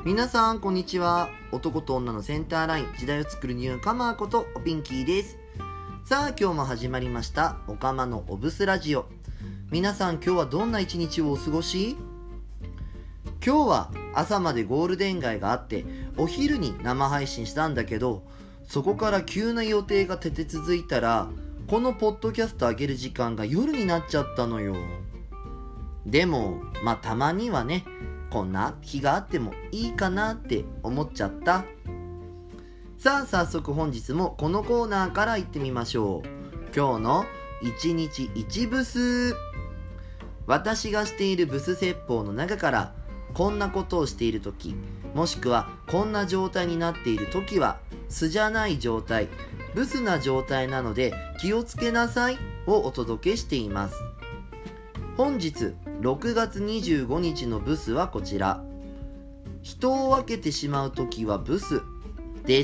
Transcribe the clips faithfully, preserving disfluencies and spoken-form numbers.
皆さんこんにちは。男と女のセンターライン、時代を作るニューカマーことおピンキーです。さあ今日も始まりましたおかまのおブスラジオ。皆さん今日はどんな一日をお過ごし？今日は朝までゴールデン街があってお昼に生配信したんだけど、そこから急な予定が立て続いたらこのポッドキャスト上げる時間が夜になっちゃったのよ。でもまあたまにはね、こんな日があってもいいかなって思っちゃった。さあ早速本日もこのコーナーから行ってみましょう。今日の一日一ブス。私がしているブス説法の中から、こんなことをしているとき、もしくはこんな状態になっているときは素じゃない状態、ブスな状態なので気をつけなさいをお届けしています。本日ろくがつにじゅうごにちのブスはこちら。人を分けてしまうときはブスです。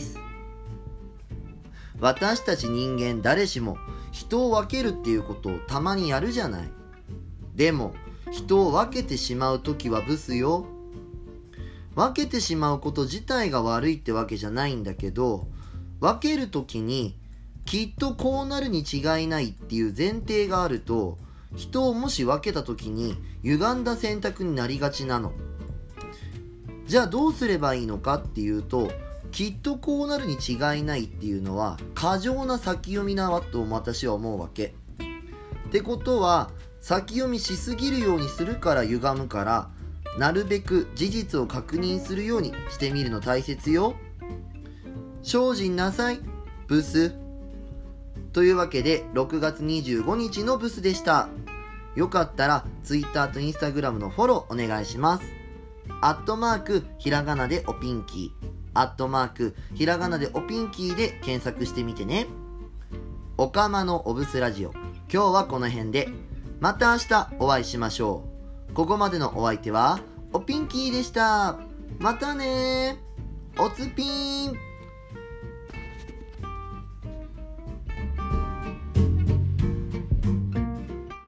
私たち人間誰しも人を分けるっていうことをたまにやるじゃない。でも人を分けてしまうときはブスよ。分けてしまうこと自体が悪いってわけじゃないんだけど、分けるときにきっとこうなるに違いないっていう前提があると、人をもし分けたときに歪んだ選択になりがちなの。じゃあどうすればいいのかっていうと、きっとこうなるに違いないっていうのは過剰な先読みなわと私は思うわけ。ってことは先読みしすぎるようにするから歪むから、なるべく事実を確認するようにしてみるの大切よ。精進なさいブス。というわけでろくがつにじゅうごにちのブスでした。よかったら Twitter と Instagram のフォローお願いします。アットマークひらがなでおピンキー、アットマークひらがなでおピンキーで検索してみてね。おかまのおブスラジオ、今日はこの辺で。また明日お会いしましょう。ここまでのお相手はおピンキーでした。またねー。おつぴーん。